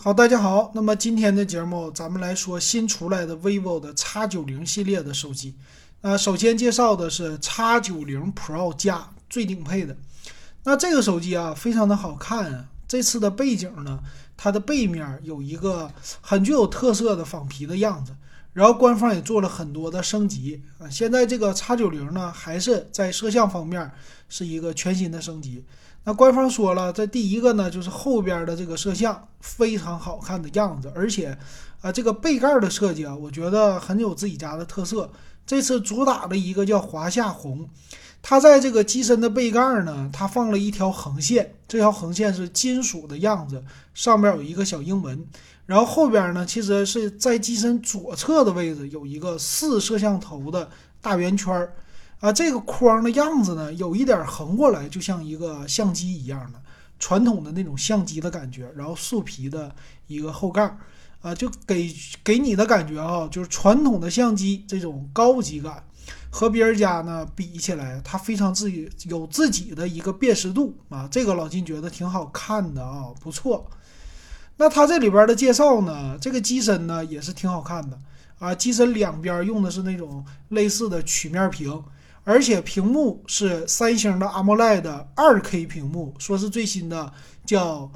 好，大家好。那么今天的节目，咱们来说新出来的 vivo 的 X90 系列的手机。首先介绍的是 X90 Pro 加最顶配的。那这个手机啊，非常的好看啊。这次的背景呢，它的背面有一个很具有特色的仿皮的样子，然后官方也做了很多的升级啊。现在这个 X90 呢，还是在摄像方面是一个全新的升级。那官方说了，这第一个呢，就是后边的这个摄像非常好看的样子，而且这个背盖的设计啊，我觉得很有自己家的特色。这次主打了一个叫华夏红，它在这个机身的背盖呢，它放了一条横线，这条横线是金属的样子，上面有一个小英文。然后后边呢，其实是在机身左侧的位置有一个4摄像头的大圆圈这个框的样子呢，有一点横过来，就像一个相机一样的传统的那种相机的感觉，然后素皮的一个后盖就给你的感觉就是传统的相机这种高级感，和别人家呢比起来，它非常有自己的一个辨识度这个老金觉得挺好看的不错。那它这里边的介绍呢，这个机身呢也是挺好看的机身两边用的是那种类似的曲面屏。而且屏幕是三星的 AMOLED 的 2K 屏幕，说是最新的叫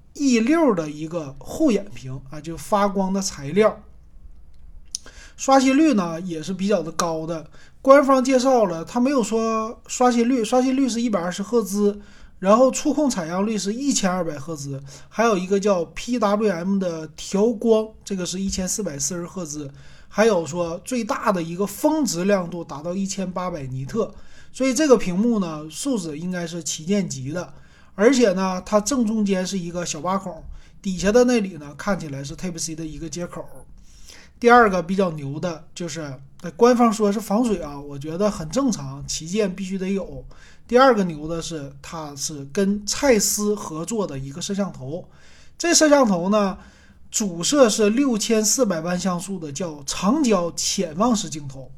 E6 的一个护眼屏就发光的材料。刷新率呢也是比较的高的，官方介绍了，它没有说刷新率是120赫兹，然后触控采样率是1200赫兹，还有一个叫 PWM 的调光，这个是1440赫兹。还有说最大的一个峰值亮度达到1800尼特，所以这个屏幕呢素质应该是旗舰级的。而且呢它正中间是一个小八孔，底下的那里呢看起来是 Type-C 的一个接口。第二个比较牛的就是官方说是防水我觉得很正常，旗舰必须得有。第二个牛的是它是跟蔡司合作的一个摄像头，这摄像头呢主摄是6400万像素的叫长焦潜望式镜头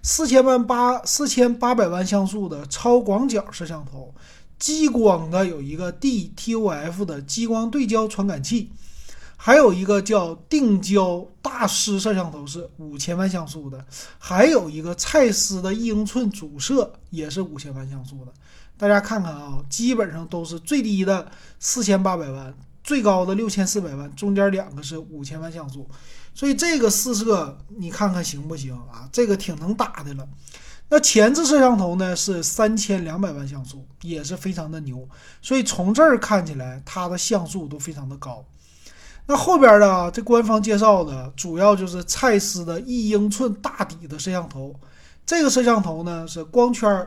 ，4800万像素的超广角摄像头，激光的有一个 DTOF 的激光对焦传感器，还有一个叫定焦大师摄像头是5000万像素的，还有一个蔡司的1英寸主摄也是5000万像素的。大家看看基本上都是最低的4800万。最高的6400万，中间两个是5000万像素，所以这个4摄你看看行不行这个挺能打的了。那前置摄像头呢是3200万像素，也是非常的牛，所以从这儿看起来它的像素都非常的高。那后边的这官方介绍的主要就是蔡司的1英寸大底的摄像头，这个摄像头呢是光圈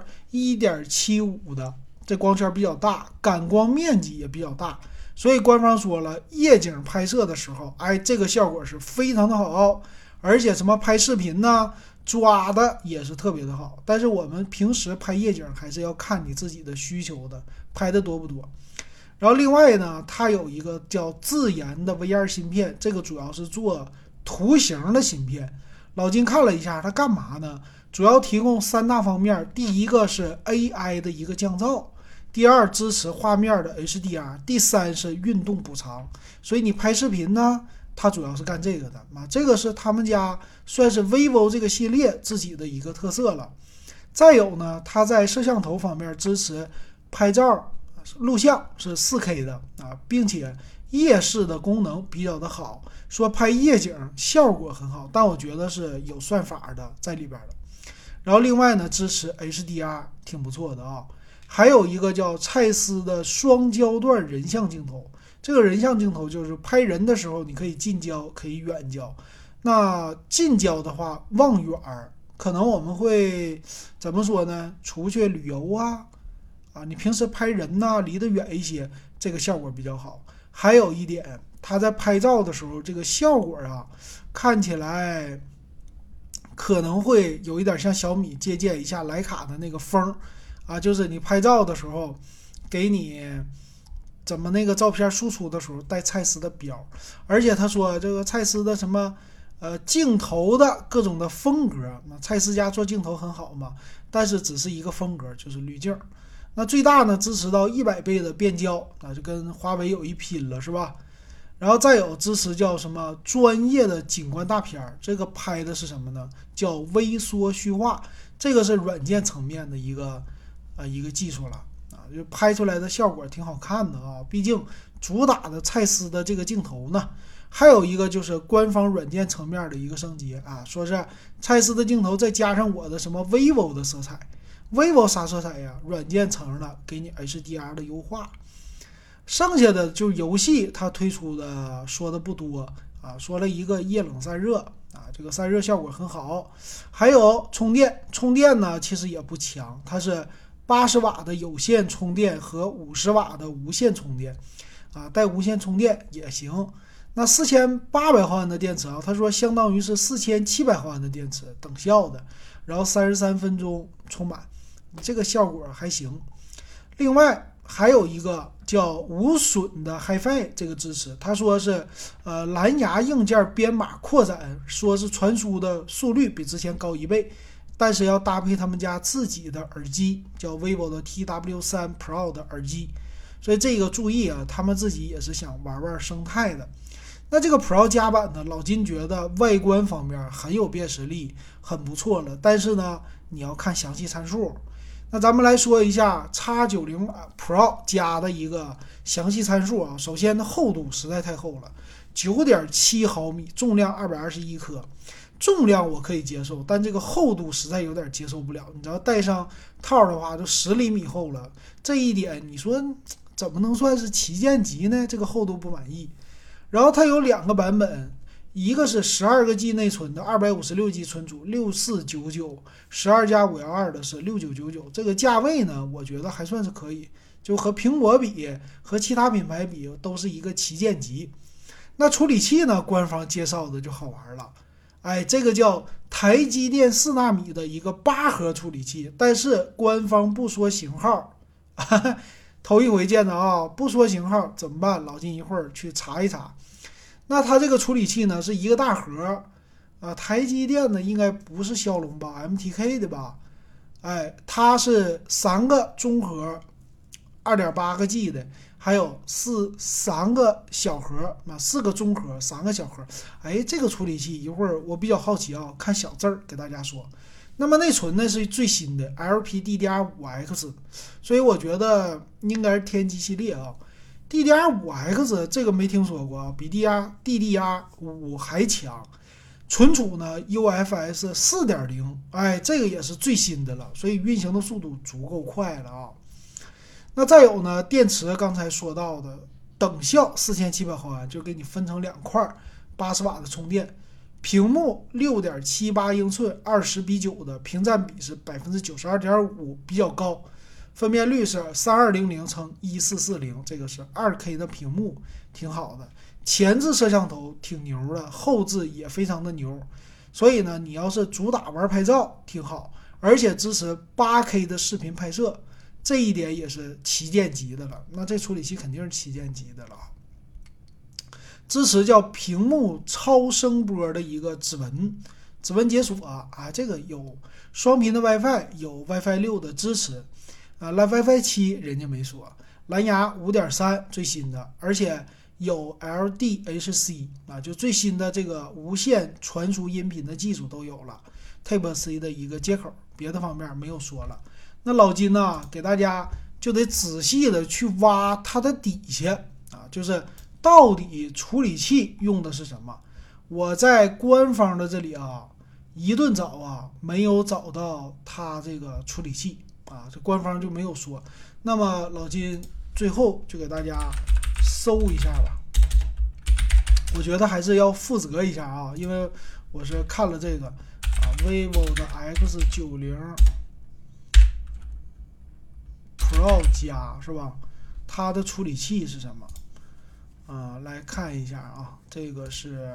1.75 的，这光圈比较大，感光面积也比较大，所以官方说了，夜景拍摄的时候这个效果是非常的好，而且什么拍视频呢抓的也是特别的好。但是我们平时拍夜景还是要看你自己的需求的，拍的多不多。然后另外呢，它有一个叫自研的 VR 芯片，这个主要是做图形的芯片。老金看了一下它干嘛呢，主要提供3大方面，第一个是 AI 的一个降噪，第二支持画面的 HDR， 第三是运动补偿。所以你拍视频呢，它主要是干这个的这个是他们家算是 vivo 这个系列自己的一个特色了。再有呢，它在摄像头方面支持拍照录像是 4K 的并且夜视的功能比较的好，说拍夜景效果很好，但我觉得是有算法的在里边的。然后另外呢，支持 HDR 挺不错的还有一个叫蔡司的双焦段人像镜头，这个人像镜头就是拍人的时候你可以近焦可以远焦，那近焦的话望远可能我们会怎么说呢，出去旅游你平时拍人离得远一些，这个效果比较好。还有一点，它在拍照的时候这个效果看起来可能会有一点像小米借鉴一下徕卡的那个风就是你拍照的时候给你怎么那个照片输出的时候带蔡司的标。而且他说这个蔡司的什么镜头的各种的风格，蔡司家做镜头很好嘛，但是只是一个风格，就是滤镜。那最大呢支持到100倍的变焦就跟华为有一拼了是吧。 然后再有支持叫什么专业的景观大片儿，这个拍的是什么呢？叫微缩虚化，这个是软件层面的一个技术了啊，就拍出来的效果挺好看的啊。毕竟主打的蔡司的这个镜头呢，还有一个就是官方软件层面的一个升级啊，说是蔡司的镜头再加上我的什么 vivo 的色彩，vivo 啥色彩呀？软件层的给你 HDR 的优化。剩下的就游戏它推出的说的不多啊，说了一个液冷散热啊，这个散热效果很好，还有充电呢其实也不强，它是80瓦的有线充电和50瓦的无线充电啊，带无线充电也行。那4800毫安的电池啊，他说相当于是4700毫安的电池等效的，然后33分钟充满，这个效果还行。另外还有一个叫无损的 HiFi 这个支持，他说是蓝牙硬件编码扩展，说是传输的速率比之前高1倍，但是要搭配他们家自己的耳机，叫 vivo 的 TW3 Pro 的耳机，所以这个注意啊，他们自己也是想玩玩生态的。那这个 Pro 加版呢，老金觉得外观方面很有辨识力，很不错了，但是呢你要看详细参数。那咱们来说一下 X90 Pro 加的一个详细参数啊。首先厚度实在太厚了， 9.7 毫米，重量221克。重量我可以接受，但这个厚度实在有点接受不了。你知道带上套的话就10厘米厚了，这一点你说怎么能算是旗舰级呢？这个厚度不满意。然后它有2个版本，一个是12个 G 内存的256 G 存储6499，12+512的是6999，这个价位呢我觉得还算是可以，就和苹果比，和其他品牌比都是一个旗舰级。那处理器呢，官方介绍的就好玩了，这个叫台积电4纳米的一个8核处理器，但是官方不说型号，头一回见的啊，不说型号怎么办？老金一会儿去查一查。那它这个处理器呢是一个大核啊，台积电呢应该不是骁龙吧 ，MTK 的吧？它是3个中核，2.8个 G 的，还有3个小核，4个中核，3个小核。这个处理器一会儿我比较好奇啊，看小字儿给大家说。那么内存呢是最新的 LPDDR5X， 所以我觉得应该是天玑系列啊。DDR5X 这个没听说过啊，比 DDR5 还强。存储呢 UFS 4.0，这个也是最新的了，所以运行的速度足够快了啊。那再有呢，电池刚才说到的等效4700毫安，就给你分成2块，80瓦的充电。屏幕 6.78 英寸20:9的，屏占比是 92.5%， 比较高。分辨率是3200×1440，这个是 2K 的屏幕，挺好的。前置摄像头挺牛的，后置也非常的牛，所以呢，你要是主打玩拍照挺好，而且支持 8K 的视频拍摄，这一点也是旗舰级的了。那这处理器肯定是旗舰级的了。支持叫屏幕超声波的一个指纹解锁这个有双频的 WiFi， 有 WiFi 6的支持WiFi 7人家没说，蓝牙 5.3 最新的，而且有 LDHC 就最新的这个无线传输音频的技术都有了 Type-C 的一个接口，别的方面没有说了。那老金呢给大家就得仔细的去挖它的底下就是到底处理器用的是什么。我在官方的这里一顿找没有找到它这个处理器这官方就没有说。那么老金最后就给大家搜一下吧，我觉得还是要负责一下因为我是看了这个vivo 的 X90 Pro 加是吧，它的处理器是什么来看一下这个是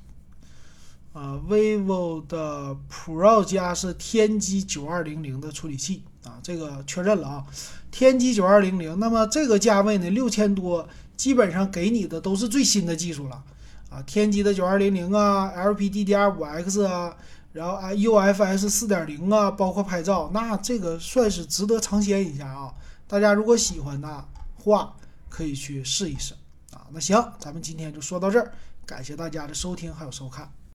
vivo 的 Pro 加是天玑9200的处理器这个确认了天玑9200。那么这个价位呢6000多，基本上给你的都是最新的技术了天玑的9200 LPDDR5X 然后UFS 4.0包括拍照，那这个算是值得尝鲜一下大家如果喜欢的话可以去试一试那行，咱们今天就说到这儿，感谢大家的收听还有收看。